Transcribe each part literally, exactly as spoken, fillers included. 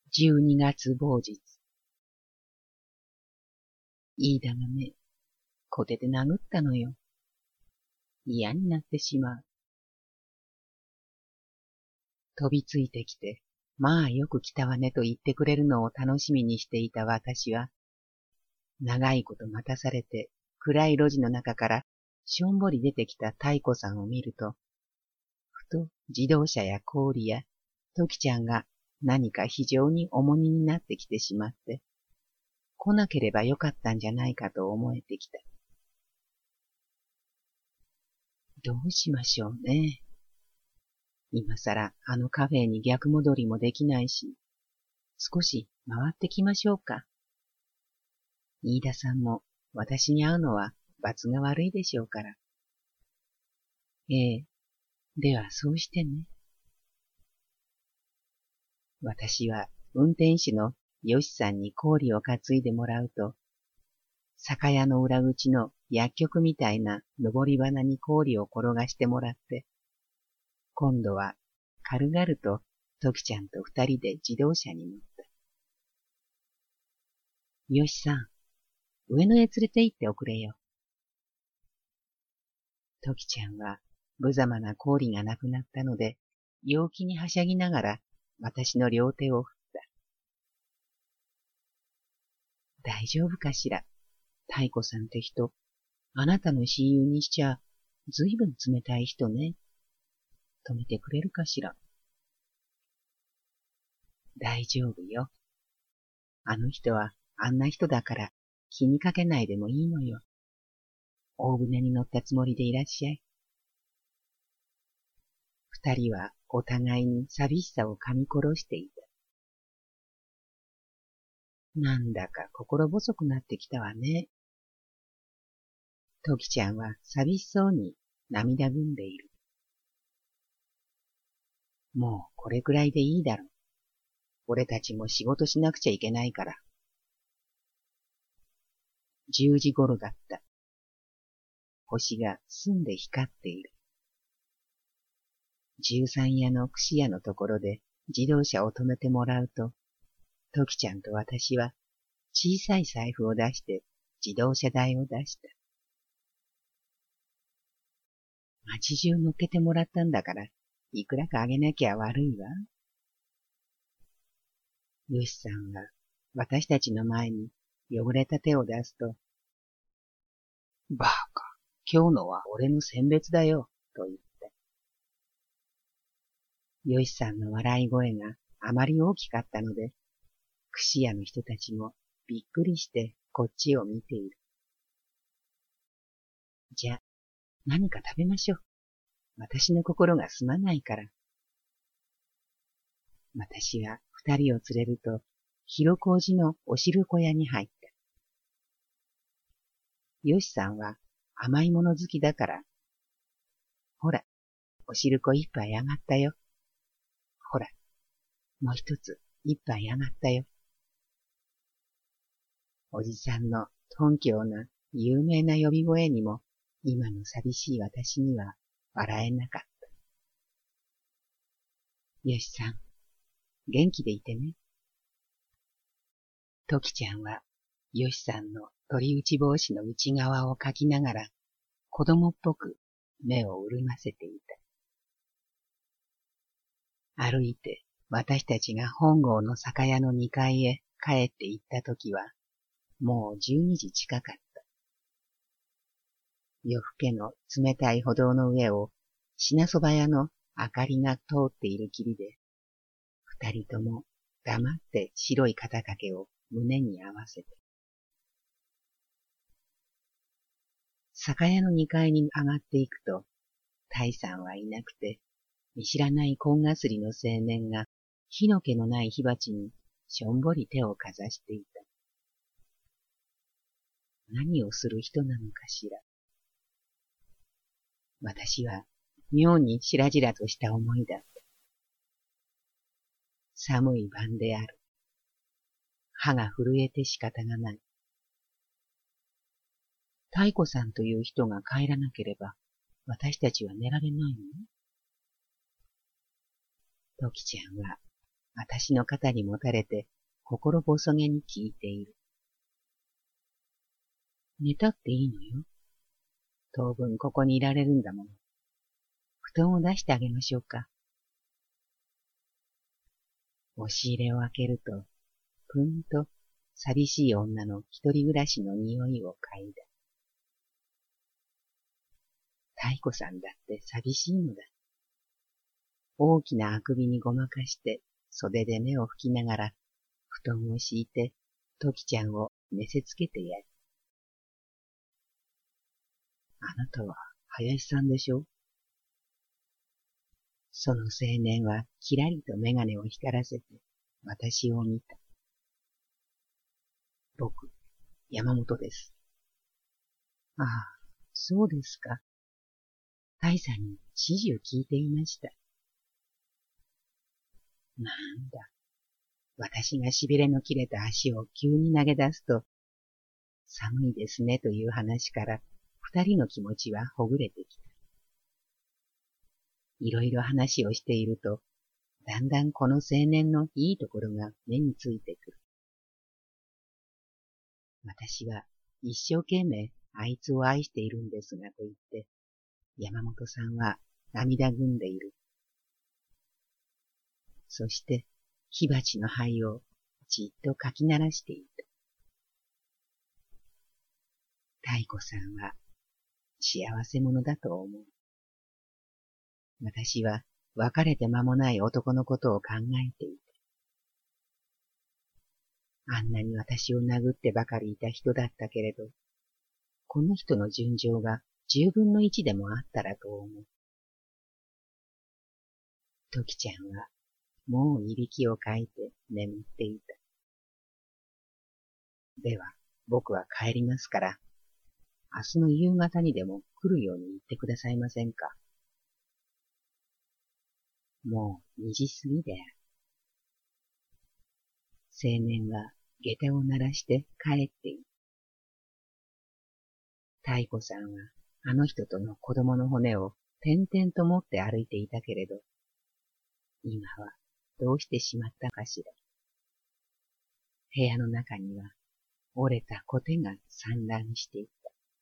十二月某日。飯田がね、小手で殴ったのよ。嫌になってしまう。飛びついてきて、まあよく来たわねと言ってくれるのを楽しみにしていた私は、長いこと待たされて暗い路地の中からしょんぼり出てきた太子さんを見ると、ふと自動車や氷や時ちゃんが何か非常に重荷になってきてしまって、来なければよかったんじゃないかと思えてきた。どうしましょうね。今さらあのカフェに逆戻りもできないし、少し回ってきましょうか。飯田さんも私に会うのは罰が悪いでしょうから。ええ、ではそうしてね。私は運転手のよしさんに氷を担いでもらうと、酒屋の裏口の薬局みたいな登り花に氷を転がしてもらって、今度は軽々と時ちゃんと二人で自動車に乗った。よしさん、上野へ連れて行っておくれよ。時ちゃんは無様な氷がなくなったので、陽気にはしゃぎながら私の両手を振った。大丈夫かしら、太子さんって人、あなたの親友にしちゃ、ずいぶん冷たい人ね。止めてくれるかしら。大丈夫よ。あの人はあんな人だから気にかけないでもいいのよ。大船に乗ったつもりでいらっしゃい。二人はお互いに寂しさを噛み殺していた。なんだか心細くなってきたわね。トキちゃんは寂しそうに涙ぐんでいる。もうこれくらいでいいだろう。俺たちも仕事しなくちゃいけないから。十時頃だった。星が澄んで光っている。十三屋の串屋のところで自動車を止めてもらうと、トキちゃんと私は小さい財布を出して自動車代を出した。街中乗っけてもらったんだから、いくらかあげなきゃ悪いわ。よしさんが私たちの前に汚れた手を出すと、バカ、今日のは俺の選別だよ、と言った。よしさんの笑い声があまり大きかったので、串屋の人たちもびっくりしてこっちを見ている。じゃあ、何か食べましょう。私の心がすまないから。私は二人を連れると、広小路のお汁粉屋に入った。よしさんは甘いもの好きだから。ほら、お汁粉一杯あがったよ。ほら、もう一つ一杯あがったよ。おじさんの頓強な有名な呼び声にも、今の寂しい私には笑えなかった。よしさん、元気でいてね。トキちゃんは、よしさんの鳥打ち帽子の内側をかきながら、子供っぽく目を潤ませていた。歩いて私たちが本郷の酒屋の二階へ帰って行ったときは、もう十二時近かった。夜更けの冷たい歩道の上を品そば屋の明かりが通っている霧で、二人とも黙って白い肩掛けを胸に合わせて。酒屋の二階に上がっていくと、大さんはいなくて、見知らない紺がすりの青年が火の気のない火鉢にしょんぼり手をかざしていた。何をする人なのかしら。私は妙にしらじらとした思いだった。寒い晩である。歯が震えて仕方がない。太子さんという人が帰らなければ、私たちは寝られないの？トキちゃんは私の肩にもたれて、心細げに聞いている。寝たっていいのよ。当分ここにいられるんだもの。布団を出してあげましょうか。押し入れを開けると、ぷんと寂しい女の一人暮らしの匂いを嗅いだ。太子さんだって寂しいのだ。大きなあくびにごまかして袖で目を拭きながら布団を敷いてトキちゃんを寝せつけてやる。あなたは林さんでしょ？その青年はきらりと眼鏡を光らせて私を見た。僕、山本です。ああ、そうですか。大さんに始終聞いていました。なんだ。私がしびれの切れた足を急に投げ出すと、寒いですねという話から二人の気持ちはほぐれてきた。いろいろ話をしていると、だんだんこの青年のいいところが目についてくる。私は一生懸命あいつを愛しているんですがと言って、山本さんは涙ぐんでいる。そして火鉢の灰をじっとかき鳴らしていた。太子さんは幸せ者だと思う。私は別れて間もない男のことを考えていた。あんなに私を殴ってばかりいた人だったけれど、この人の純情が十分の一でもあったらと思う。トキちゃんはもういびきをかいて眠っていた。では、僕は帰りますから、明日の夕方にでも来るように言ってくださいませんか。もう二時過ぎである。青年は下駄を鳴らして帰っている。太子さんはあの人との子供の骨を点々と持って歩いていたけれど、今はどうしてしまったかしら。部屋の中には折れたコテが散乱していた。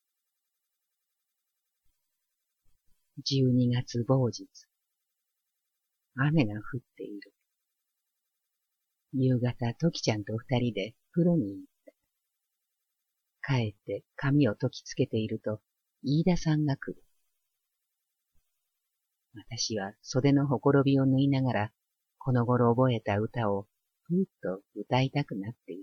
十二月某日、雨が降っている。夕方、トキちゃんと二人で風呂に行った。帰って髪を解きつけていると、飯田さんが来る。私は袖のほころびを縫いながら、この頃覚えた歌をふーっと歌いたくなってい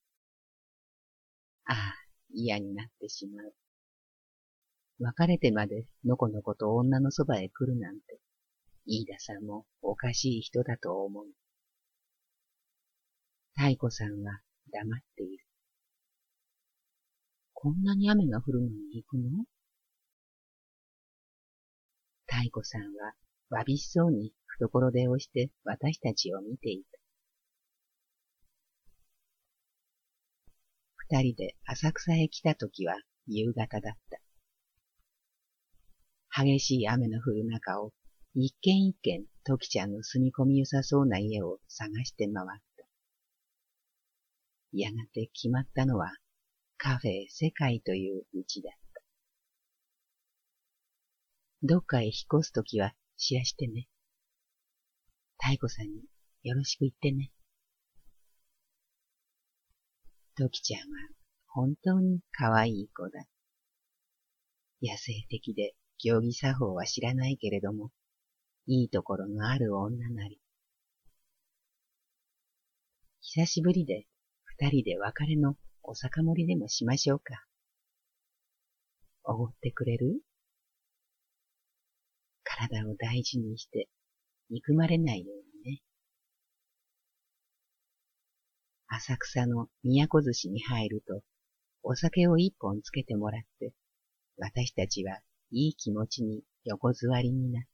た。ああ、嫌になってしまう。別れてまでのこのこと女のそばへ来るなんて、飯田さんもおかしい人だと思う。太子さんは黙っている。こんなに雨が降るのに行くの？太子さんはわびしそうに懐手をして私たちを見ていた。二人で浅草へ来たときは夕方だった。激しい雨の降る中を一軒一軒トキちゃんの住み込みよさそうな家を探して回った。やがて決まったのはカフェ世界という道だった。どっかへ引っ越すときは知らしてね。太子さんによろしく言ってね。トキちゃんは本当に可愛い子だ。野生的で行儀作法は知らないけれども、いいところのある女なり。久しぶりで二人で別れのお酒盛りでもしましょうか。おごってくれる？体を大事にして憎まれないようにね。浅草の都寿司に入ると、お酒を一本つけてもらって、私たちはいい気持ちに横座りになった。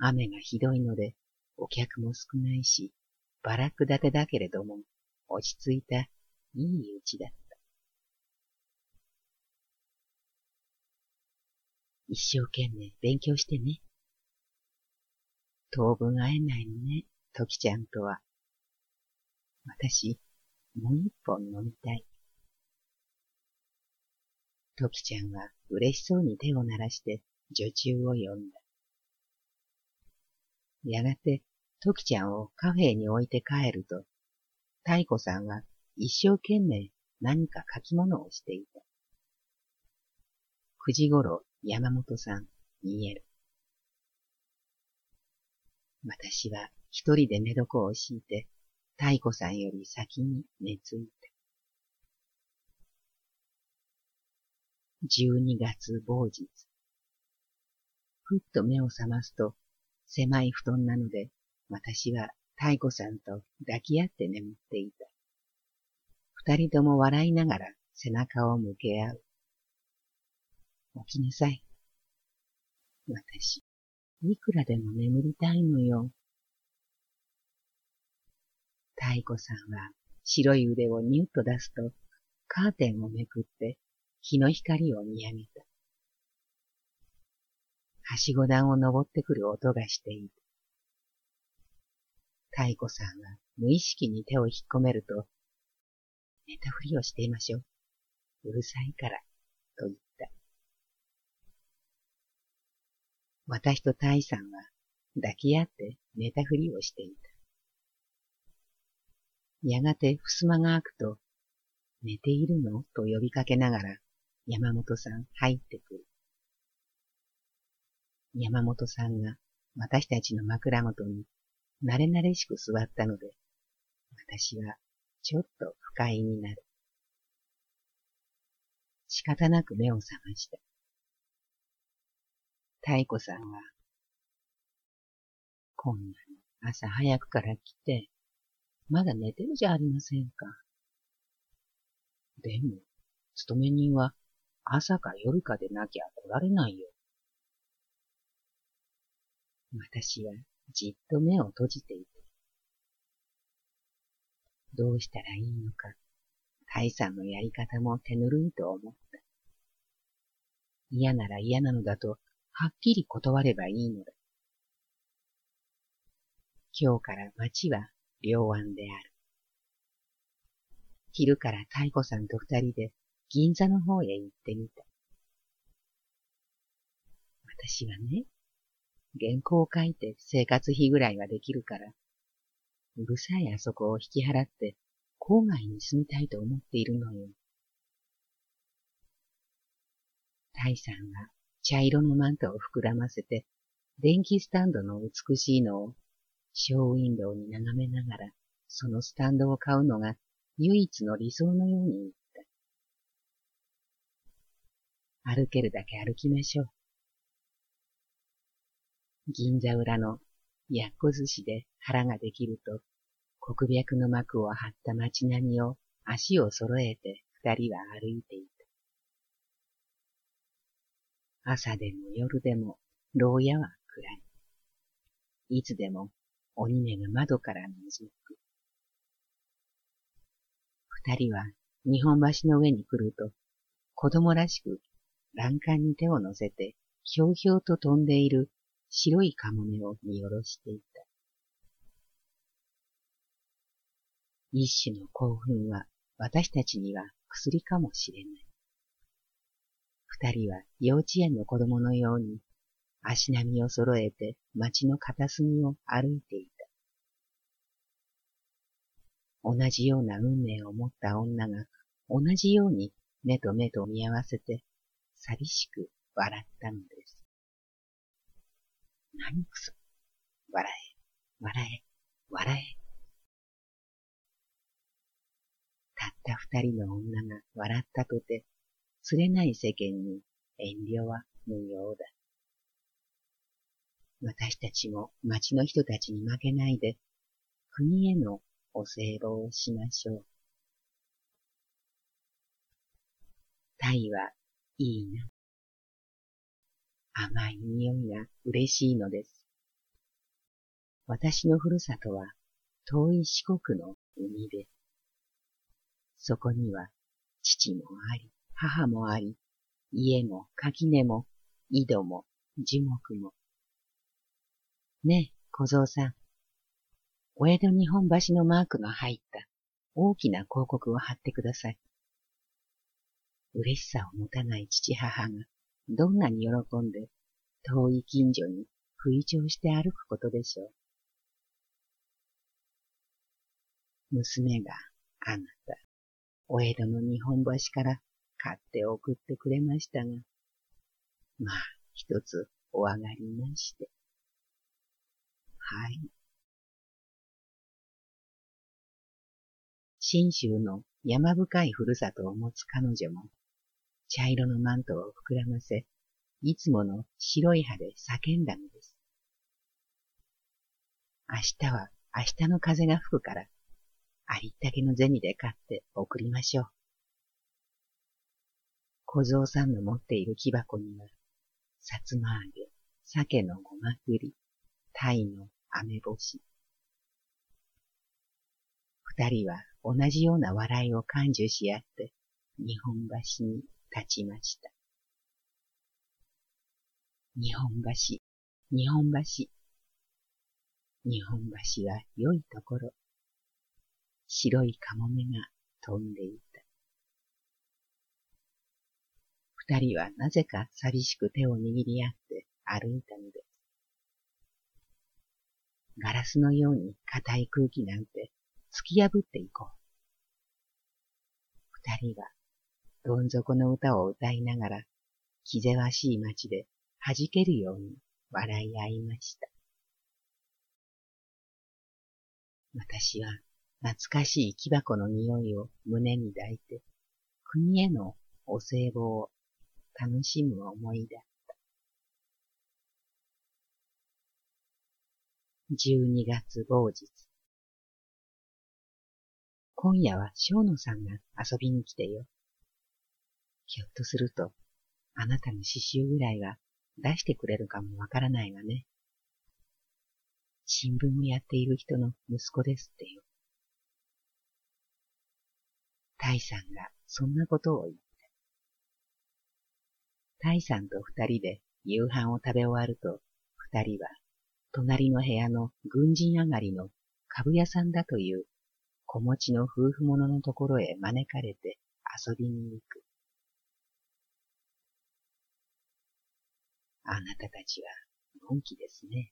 雨がひどいので、お客も少ないし、バラック建てだけれども、落ち着いたいい家だった。一生懸命勉強してね。 当分会えないのね、トキちゃんとは。私、もう一本飲みたい。トキちゃんは嬉しそうに手を鳴らして女中を呼んだ。やがてトキちゃんをカフェに置いて帰ると、太子さんは一生懸命何か書き物をしていた。くじごろ山本さん見える。私は一人で寝床を敷いて、太子さんより先に寝ついた。じゅうにがつ某日。ふっと目を覚ますと、狭い布団なので、私は太子さんと抱き合って眠っていた。二人とも笑いながら背中を向け合う。起きなさい。私、いくらでも眠りたいのよ。太子さんは白い腕をニュッと出すと、カーテンをめくって日の光を見上げた。はしご段を登ってくる音がしている。太子さんは無意識に手を引っ込めると、寝たふりをしていましょう。うるさいから、と言った。私と太さんは抱き合って寝たふりをしていた。やがて襖が開くと、寝ているのと呼びかけながら山本さん入ってくる。山本さんが私たちの枕元に慣れ慣れしく座ったので、私はちょっと不快になる。仕方なく目を覚ました。太子さんは、こんなに朝早くから来て、まだ寝てるじゃありませんか。でも、勤め人は朝か夜かでなきゃ来られないよ。私はじっと目を閉じていて、どうしたらいいのか、太さんのやり方も手ぬるいと思った。嫌なら嫌なのだと、はっきり断ればいいのだ。今日から町は両安である。昼から太子さんと二人で銀座の方へ行ってみた。私はね、原稿を書いて生活費ぐらいはできるから、うるさいあそこを引き払って郊外に住みたいと思っているのよ。太さんは茶色のマントを膨らませて、電気スタンドの美しいのをショーウィンドウに眺めながら、そのスタンドを買うのが唯一の理想のように言った。歩けるだけ歩きましょう。銀座裏のやっこ寿司で腹ができると、黒白の幕を張った街並みを足を揃えて二人は歩いていた。朝でも夜でも牢屋は暗い。いつでも鬼目が窓から覗く。二人は日本橋の上に来ると、子供らしく欄干に手を乗せてひょうひょうと飛んでいる白いカモメを見下ろしていた。一種の興奮は私たちには薬かもしれない。二人は幼稚園の子供のように足並みを揃えて街の片隅を歩いていた。同じような運命を持った女が同じように目と目と見合わせて寂しく笑ったのです。何くそ。笑え、笑え、笑え。たった二人の女が笑ったとて、釣れない世間に遠慮は無用だ。私たちも町の人たちに負けないで、国へのお歳暮をしましょう。タイはいいな。甘い匂いが嬉しいのです。私のふるさとは遠い四国の海です。そこには父もあり、母もあり、家も垣根も井戸も樹木も。ねえ、 小僧さん、お江戸日本橋のマークの入った大きな広告を貼ってください。嬉しさを持たない父母がどんなに喜んで遠い近所に不意調して歩くことでしょう。娘があなた、お江戸の日本橋から買って送ってくれましたが、まあ一つお上がりまして。はい。信州の山深いふるさとを持つ彼女も、茶色のマントを膨らませ、いつもの白い歯で叫んだのです。明日は明日の風が吹くから、ありったけの銭で買って送りましょう。小僧さんの持っている木箱には、さつま揚げ、鮭のごまふり、鯛の雨干し。二人は同じような笑いを感受し合って、日本橋に立ちました。日本橋、日本橋。日本橋は良いところ。白いカモメが飛んでいた。二人はなぜか寂しく手を握り合って歩いたのです。ガラスのように硬い空気なんて突き破っていこう。二人はどん底の歌を歌いながら気ぜわしい街で弾けるように笑い合いました。私は懐かしい木箱の匂いを胸に抱いて、国へのお歳暮を楽しむ思いだった。じゅうにがつ某日。今夜は正野さんが遊びに来てよ。ひょっとすると、あなたの刺繍ぐらいは出してくれるかもわからないわね。新聞をやっている人の息子ですってよ。大さんがそんなことを言った。大さんと二人で夕飯を食べ終わると、二人は隣の部屋の軍人上がりの株屋さんだという子持ちの夫婦者のところへ招かれて遊びに行く。あなたたちはのんきですね。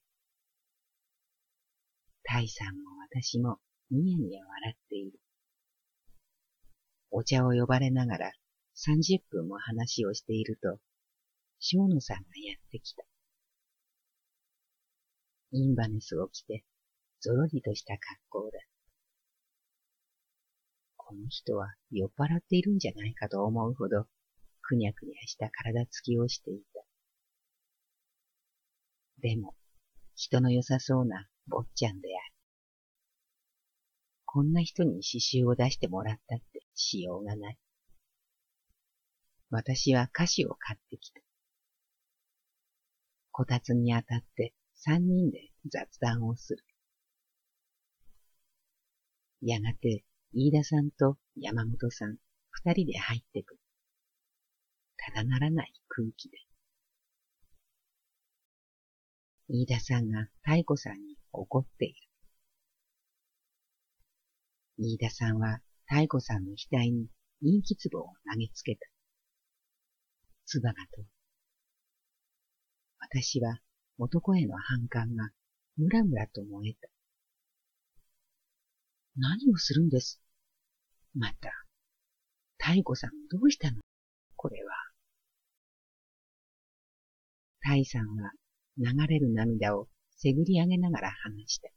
大さんも私もニヤニヤ笑っている。お茶を呼ばれながらさんじゅっぷんも話をしていると、正野さんがやってきた。インバネスを着て、ぞろりとした格好だ。この人は酔っ払っているんじゃないかと思うほど、くにゃくにゃした体つきをしていた。でも、人の良さそうな坊ちゃんである。こんな人に刺繍を出してもらったってしようがない。私は菓子を買ってきた。こたつにあたって三人で雑談をする。やがて飯田さんと山本さん二人で入ってくる。ただならない空気で。飯田さんが妙子さんに怒っている。飯田さんは妙子さんの額に人気壺を投げつけた。唾が飛ぶ。私は男への反感がムラムラと燃えた。何をするんです。また、妙子さんどうしたのこれは。妙さんは流れる涙をせぐり上げながら話した。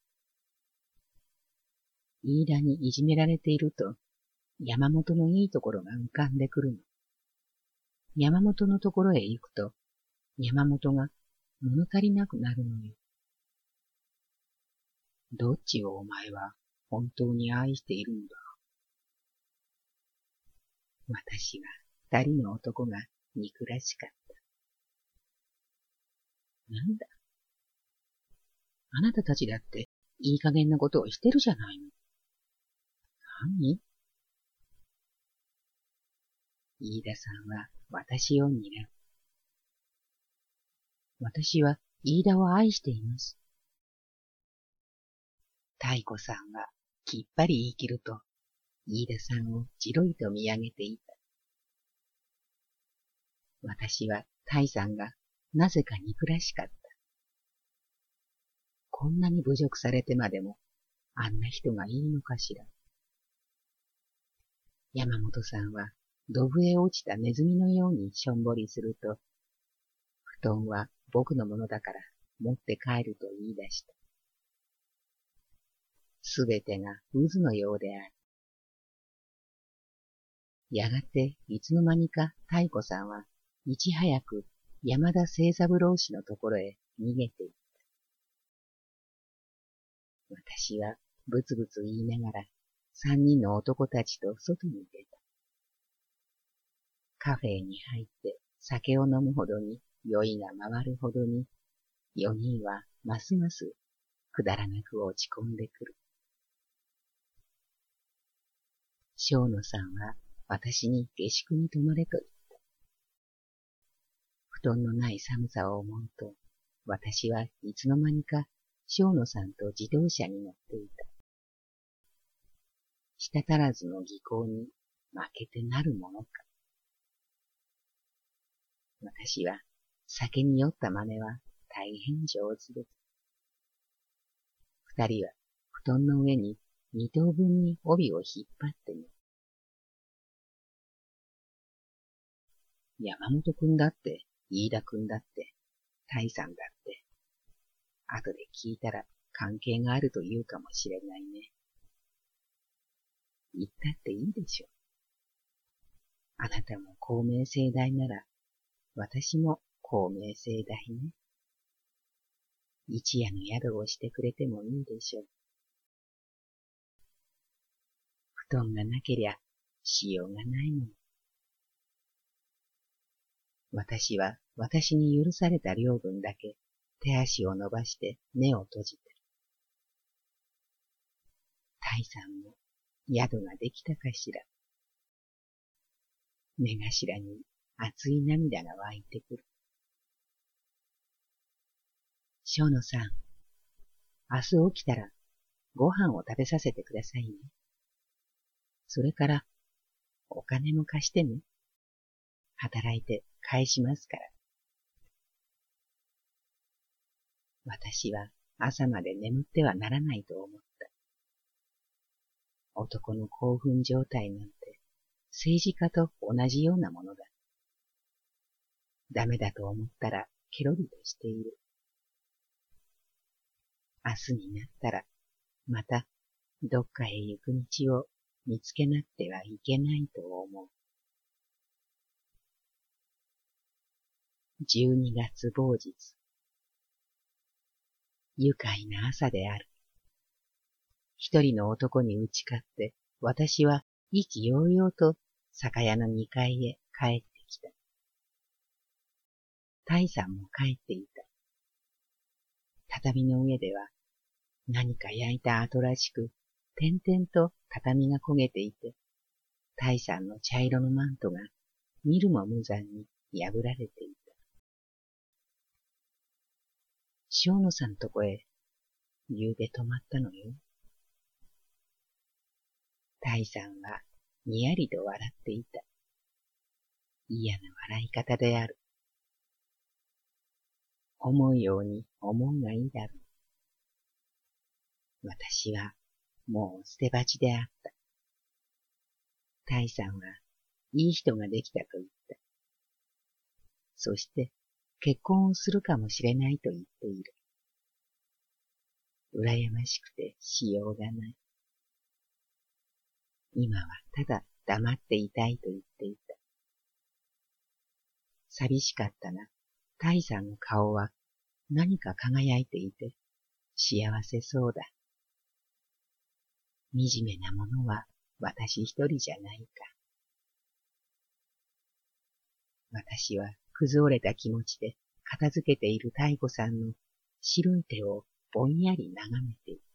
飯田にいじめられていると、山本のいいところが浮かんでくるの。山本のところへ行くと、山本が物足りなくなるのよ。どっちをお前は本当に愛しているんだ。私は二人の男が憎らしかった。なんだ。あなたたちだっていい加減なことをしてるじゃないの。何？飯田さんは私を睨む。私は飯田を愛しています。 太子さんはきっぱり言い切ると、飯田さんをじろりと見上げていた。私は太さんがなぜか憎らしかった。こんなに侮辱されてまでも、あんな人がいいのかしら。山本さんは、ドブへ落ちたネズミのようにしょんぼりすると、布団は僕のものだから持って帰ると言い出した。すべてが渦のようである。やがていつの間にか太子さんはいち早く山田清三郎氏のところへ逃げていった。私はブツブツ言いながら三人の男たちと外に出た。カフェに入って酒を飲むほどに酔いが回るほどに四人はますますくだらなく落ち込んでくる。正野さんは私に下宿に泊まれと言った。布団のない寒さを思うと、私はいつの間にか正野さんと自動車に乗っていた。舌足らずの技巧に負けてなるものか。私は酒に酔った真似は大変上手です。二人は布団の上に二等分に帯を引っ張ってみる。山本くんだって、飯田くんだって、太さんだって、後で聞いたら関係があると言うかもしれないね。言ったっていいでしょ。あなたも公明正大なら、私も公明正大ね。一夜の宿をしてくれてもいいでしょう。布団がなけりゃしようがないもの。私は私に許された領分だけ手足を伸ばして目を閉じた。太さんも宿ができたかしら。目頭に熱い涙が湧いてくる。正野さん、明日起きたらご飯を食べさせてくださいね。それからお金も貸してね。働いて返しますから。私は朝まで眠ってはならないと思った。男の興奮状態なんて政治家と同じようなものだ。ダメだと思ったらケロリとしている。明日になったらまたどっかへ行く道を見つけなくてはいけないと思う。じゅうにがつ某日。愉快な朝である。一人の男に打ち勝って、私は意気揚々と酒屋の二階へ帰ってきた。太さんも帰っていた。畳の上では何か焼いた跡らしく、点々と畳が焦げていて、太さんの茶色のマントが見るも無残に破られていた。正野さんとこへ、夕べ泊まったのよ。太さんはにやりと笑っていた。嫌な笑い方である。思うように思うがいいだろう。私はもう捨て鉢であった。太さんはいい人ができたと言った。そして結婚をするかもしれないと言っている。羨ましくてしようがない。今はただ黙っていたいと言っていた。寂しかったが、太さんの顔は何か輝いていて幸せそうだ。惨めなものは私一人じゃないか。私は崩れた気持ちで片付けている太子さんの白い手をぼんやり眺めていた。